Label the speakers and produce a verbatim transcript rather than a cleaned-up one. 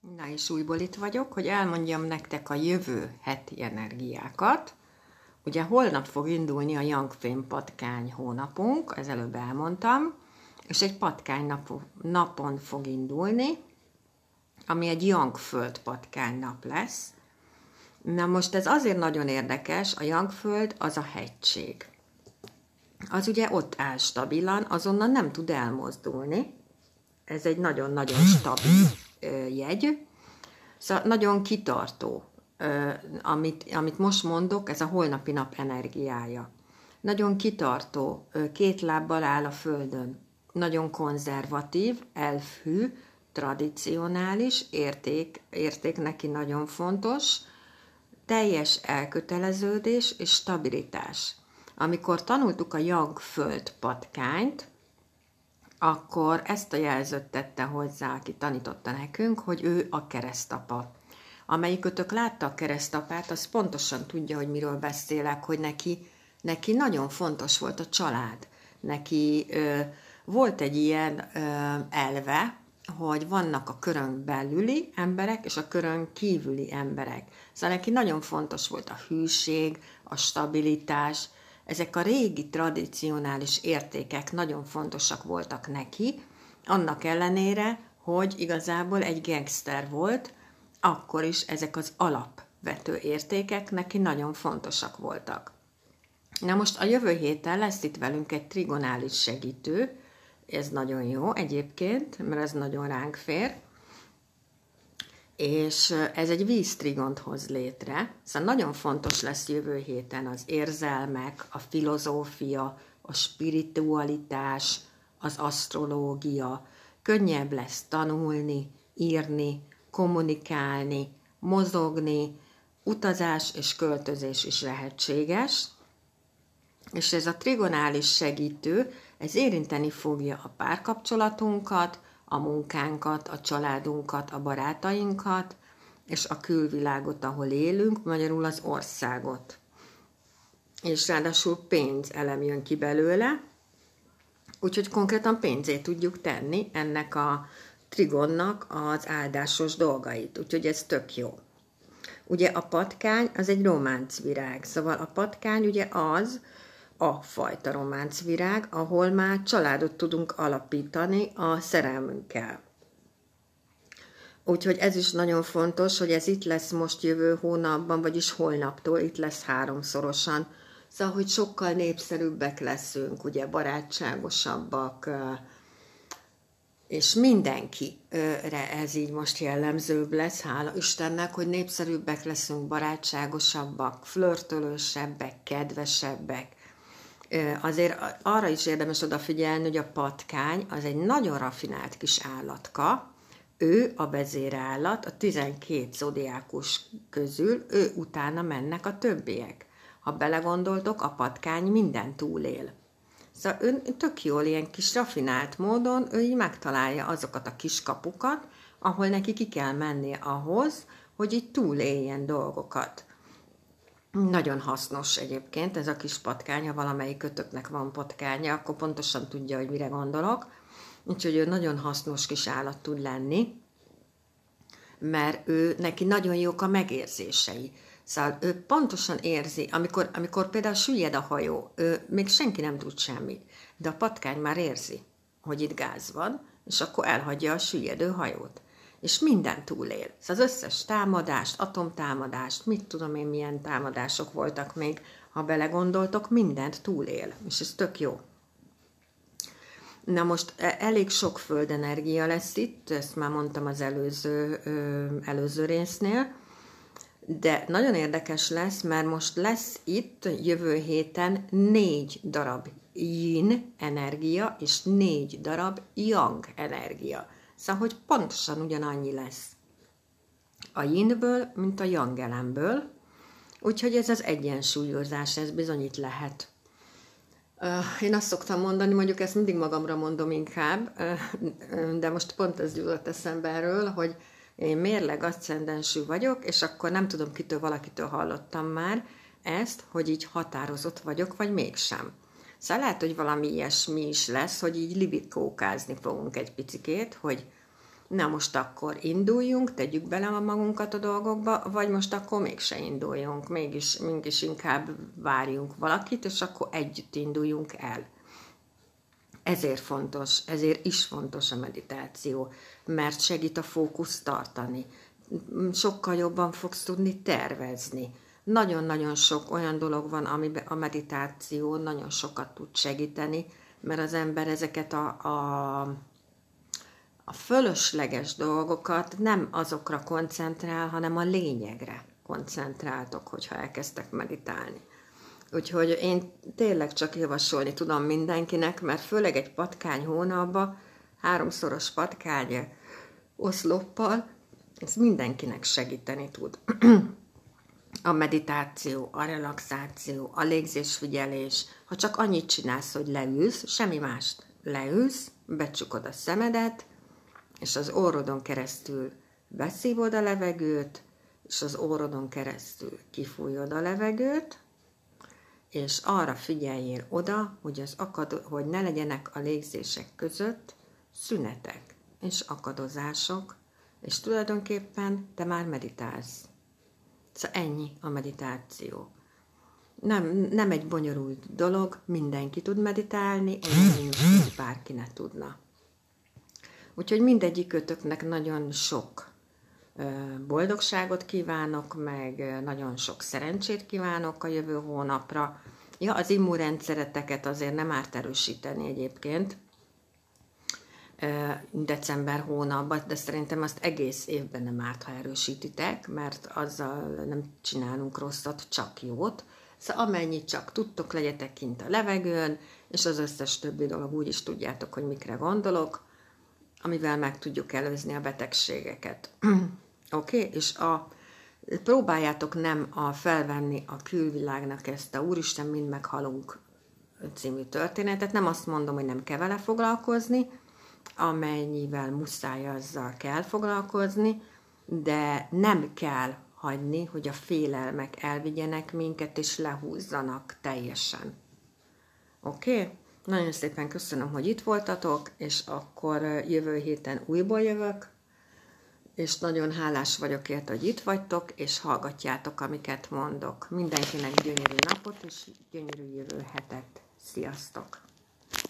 Speaker 1: Na és újból itt vagyok, hogy elmondjam nektek a jövő heti energiákat. Ugye holnap fog indulni a Young Fame patkány hónapunk, ez előbb elmondtam, és egy patkány nap, napon fog indulni, ami egy Young Föld patkány nap lesz. Na most ez azért nagyon érdekes, a Young Föld az a hegység. Az ugye ott áll stabilan, azonnal nem tud elmozdulni. Ez egy nagyon-nagyon stabil jegy. Szóval nagyon kitartó, amit, amit most mondok, ez a holnapi nap energiája. Nagyon kitartó, két lábbal áll a földön. Nagyon konzervatív, elfhű, tradicionális, érték, érték neki nagyon fontos, teljes elköteleződés és stabilitás. Amikor tanultuk a Young Föld patkányt, akkor ezt a jelzőt tette hozzá, aki tanította nekünk, hogy ő a keresztapa. Amelyikötök látta a keresztapát, az pontosan tudja, hogy miről beszélek, hogy neki, neki nagyon fontos volt a család. Neki ö, volt egy ilyen ö, elve, hogy vannak a körön belüli emberek, és a körön kívüli emberek. Szóval neki nagyon fontos volt a hűség, a stabilitás. Ezek a régi, tradicionális értékek nagyon fontosak voltak neki, annak ellenére, hogy igazából egy gangster volt, akkor is ezek az alapvető értékek neki nagyon fontosak voltak. Na most a jövő héten lesz itt velünk egy trigonális segítő, ez nagyon jó egyébként, mert ez nagyon ránk fér, és ez egy víztrigont hoz létre, szóval nagyon fontos lesz jövő héten az érzelmek, a filozófia, a spiritualitás, az asztrológia, könnyebb lesz tanulni, írni, kommunikálni, mozogni, utazás és költözés is lehetséges, és ez a trigonális segítő, ez érinteni fogja a párkapcsolatunkat, a munkánkat, a családunkat, a barátainkat, és a külvilágot, ahol élünk, magyarul az országot. És ráadásul pénzelem jön ki belőle, úgyhogy konkrétan pénzé tudjuk tenni ennek a trigonnak az áldásos dolgait, úgyhogy ez tök jó. Ugye a patkány az egy románcvirág, szóval a patkány ugye az a fajta románcvirág, ahol már családot tudunk alapítani a szerelmünkkel. Úgyhogy ez is nagyon fontos, hogy ez itt lesz most jövő hónapban, vagyis holnaptól itt lesz háromszorosan. Szóval, hogy sokkal népszerűbbek leszünk, ugye barátságosabbak, és mindenkire ez így most jellemzőbb lesz, hála Istennek, hogy népszerűbbek leszünk, barátságosabbak, flörtölősebbek, kedvesebbek. Azért arra is érdemes odafigyelni, hogy a patkány az egy nagyon raffinált kis állatka, ő a vezérállat, a tizenkét zodiákus közül, ő utána mennek a többiek. Ha belegondoltok, a patkány minden túlél. Szóval ő tök jól, ilyen kis raffinált módon, ő így megtalálja azokat a kis kapukat, ahol neki ki kell mennie ahhoz, hogy így túléljen dolgokat. Nagyon hasznos egyébként ez a kis patkány, ha valamelyik kötöknek van patkánya, akkor pontosan tudja, hogy mire gondolok. Úgyhogy ő nagyon hasznos kis állat tud lenni, mert ő, neki nagyon jók a megérzései. Szóval ő pontosan érzi, amikor, amikor például süllyed a hajó, ő, még senki nem tud semmit, de a patkány már érzi, hogy itt gáz van, és akkor elhagyja a süllyedő hajót. És minden túlél. Szóval az összes támadást, atomtámadást, mit tudom én, milyen támadások voltak még, ha belegondoltok, mindent túlél. És ez tök jó. Na most elég sok földenergia lesz itt, ezt már mondtam az előző, előző résznél, de nagyon érdekes lesz, mert most lesz itt jövő héten négy darab yin energia, és négy darab yang energia. Szóval, hogy pontosan ugyanannyi lesz a yinből, mint a yang elemből, úgyhogy ez az egyensúlyozás, ez bizonyít lehet. Én azt szoktam mondani, mondjuk ezt mindig magamra mondom inkább, de most pont ez jutott eszembe erről, hogy én mérleg aszcendensű vagyok, és akkor nem tudom, kitől, valakitől hallottam már ezt, hogy így határozott vagyok, vagy mégsem. Szóval lehet, hogy valami ilyesmi is lesz, hogy így libikókázni fogunk egy picikét, hogy na most akkor induljunk, tegyük bele a magunkat a dolgokba, vagy most akkor mégse induljunk, mégis, mégis inkább várjunk valakit, és akkor együtt induljunk el. Ezért fontos, ezért is fontos a meditáció, mert segít a fókuszt tartani. Sokkal jobban fogsz tudni tervezni. Nagyon-nagyon sok olyan dolog van, amiben a meditáció nagyon sokat tud segíteni, mert az ember ezeket a, a, a fölösleges dolgokat nem azokra koncentrál, hanem a lényegre koncentráltok, hogyha elkezdtek meditálni. Úgyhogy én tényleg csak javasolni tudom mindenkinek, mert főleg egy patkány hónapban, háromszoros patkány oszloppal, ez mindenkinek segíteni tud. A meditáció, a relaxáció, a légzésfigyelés, ha csak annyit csinálsz, hogy leülsz, semmi mást, leülsz, becsukod a szemedet, és az orrodon keresztül beszívod a levegőt, és az orrodon keresztül kifújod a levegőt, és arra figyeljél oda, hogy, az akad, hogy ne legyenek a légzések között szünetek és akadozások, és tulajdonképpen te már meditálsz. Szóval ennyi a meditáció. Nem, nem egy bonyolult dolog, mindenki tud meditálni, én bárki ne tudna. Úgyhogy mindegyik kötöknek nagyon sok boldogságot kívánok, meg nagyon sok szerencsét kívánok a jövő hónapra. Ja, az immunrendszereteket azért nem árt erősíteni egyébként december hónapban, de szerintem azt egész évben nem árt, ha erősítitek, mert azzal nem csinálunk rosszat, csak jót. Szóval amennyit csak tudtok, legyetek kint a levegőn, és az összes többi dolog úgy is tudjátok, hogy mikre gondolok, amivel meg tudjuk előzni a betegségeket. Oké? Okay? És a, próbáljátok nem a felvenni a külvilágnak ezt a Úristen, mind meghalunk című történetet. Nem azt mondom, hogy nem kell vele foglalkozni, amennyivel muszáj, azzal kell foglalkozni, de nem kell hagyni, hogy a félelmek elvigyenek minket, és lehúzzanak teljesen. Oké? Okay? Nagyon szépen köszönöm, hogy itt voltatok, és akkor jövő héten újból jövök, és nagyon hálás vagyok ért, hogy itt vagytok, és hallgatjátok, amiket mondok. Mindenkinek gyönyörű napot, és gyönyörű jövő hetet. Sziasztok!